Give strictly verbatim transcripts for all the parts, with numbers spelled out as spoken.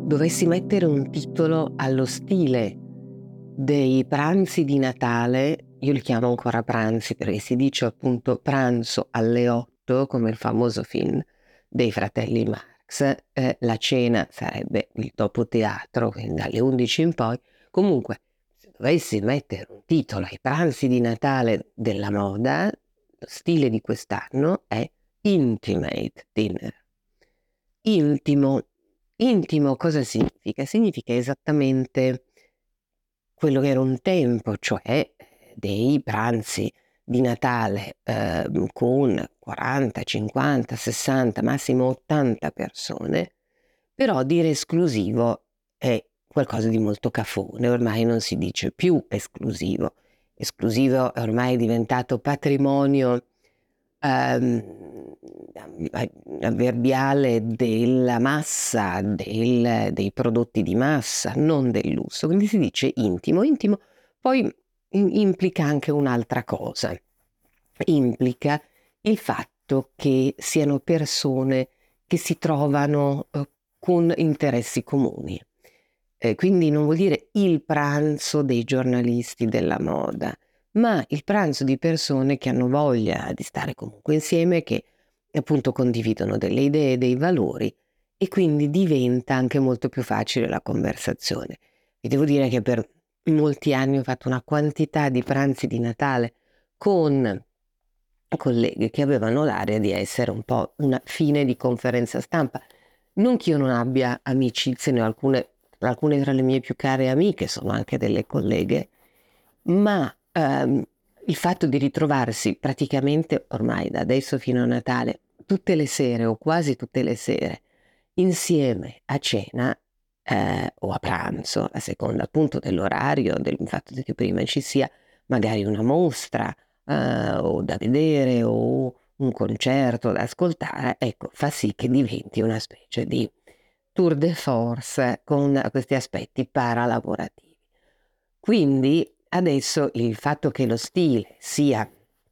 dovessi mettere un titolo allo stile dei pranzi di Natale, io li chiamo ancora pranzi perché si dice appunto pranzo alle otto, come il famoso film dei fratelli Marx, eh, la cena sarebbe il dopo teatro, quindi dalle undici in poi. Comunque, se dovessi mettere un titolo ai pranzi di Natale della moda, lo stile di quest'anno è Intimate Dinner. Intimo. Intimo cosa significa? Significa esattamente quello che era un tempo, cioè dei pranzi di Natale eh, con quaranta, cinquanta, sessanta, massimo ottanta persone, però dire esclusivo è qualcosa di molto cafone, ormai non si dice più esclusivo. Esclusivo è ormai diventato patrimonio ehm, avverbiale della massa, del, dei prodotti di massa, non del lusso. Quindi si dice intimo. Intimo poi in- implica anche un'altra cosa. Implica il fatto che siano persone che si trovano eh, con interessi comuni. Eh, quindi non vuol dire il pranzo dei giornalisti della moda, ma il pranzo di persone che hanno voglia di stare comunque insieme, che appunto condividono delle idee, dei valori, e quindi diventa anche molto più facile la conversazione. E devo dire che per molti anni ho fatto una quantità di pranzi di Natale con colleghe che avevano l'aria di essere un po' una fine di conferenza stampa. Non che io non abbia amicizie, ne ho alcune, alcune tra le mie più care amiche sono anche delle colleghe, ma ehm, il fatto di ritrovarsi praticamente ormai da adesso fino a Natale, tutte le sere o quasi tutte le sere, insieme a cena eh, o a pranzo, a seconda appunto dell'orario, del fatto che prima ci sia magari una mostra eh, o da vedere o un concerto da ascoltare, ecco, fa sì che diventi una specie di tour de force con questi aspetti paralavorativi. Quindi adesso il fatto che lo stile sia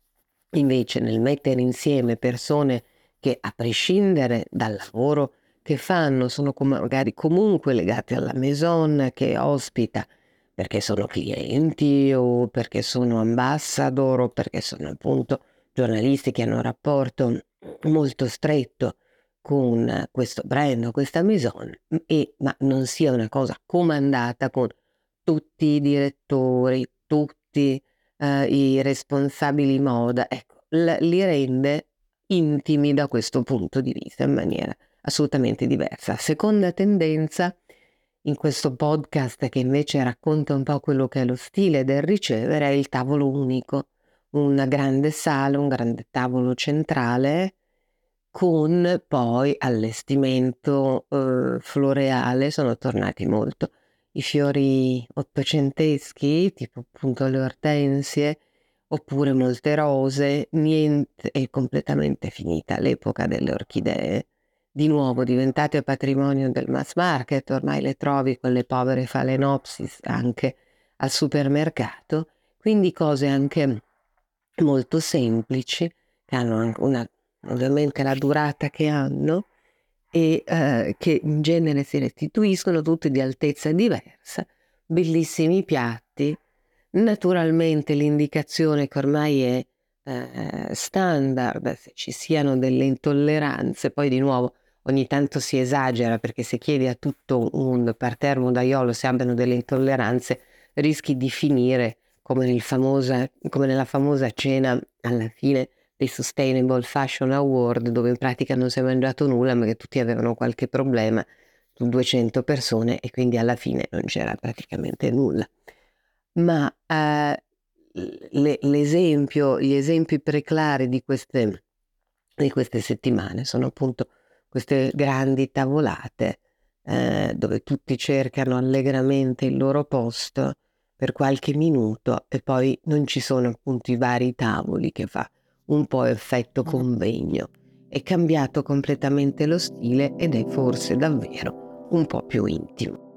invece nel mettere insieme persone che a prescindere dal lavoro che fanno sono com- magari comunque legate alla maison che ospita perché sono clienti o perché sono ambassador o perché sono appunto giornalisti che hanno un rapporto molto stretto con questo brand o questa maison, e, ma non sia una cosa comandata con tutti i direttori, tutti eh, i responsabili moda, ecco, l- li rende intimi da questo punto di vista in maniera assolutamente diversa. Seconda tendenza in questo podcast che invece racconta un po' quello che è lo stile del ricevere è il tavolo unico, una grande sala, un grande tavolo centrale con poi allestimento eh, floreale, sono tornati molto i fiori ottocenteschi, tipo appunto le ortensie, oppure molte rose. Niente, è completamente finita l'epoca delle orchidee, di nuovo diventate patrimonio del mass market, ormai le trovi quelle povere Phalaenopsis anche al supermercato, quindi cose anche molto semplici, che hanno anche una, ovviamente la durata che hanno, e eh, che in genere si restituiscono tutte di altezza diversa, bellissimi piatti, naturalmente l'indicazione che ormai è eh, standard, se ci siano delle intolleranze, poi di nuovo ogni tanto si esagera perché se chiedi a tutto un parterre modaiolo se abbiano delle intolleranze rischi di finire come, nel famosa, come nella famosa cena alla fine dei Sustainable Fashion Award, dove in pratica non si è mangiato nulla perché tutti avevano qualche problema su duecento persone e quindi alla fine non c'era praticamente nulla. Ma eh, le- l'esempio, gli esempi preclari di queste, di queste settimane sono appunto queste grandi tavolate eh, dove tutti cercano allegramente il loro posto per qualche minuto e poi non ci sono appunto i vari tavoli che fa un po' effetto convegno. È cambiato completamente lo stile ed è forse davvero un po' più intimo.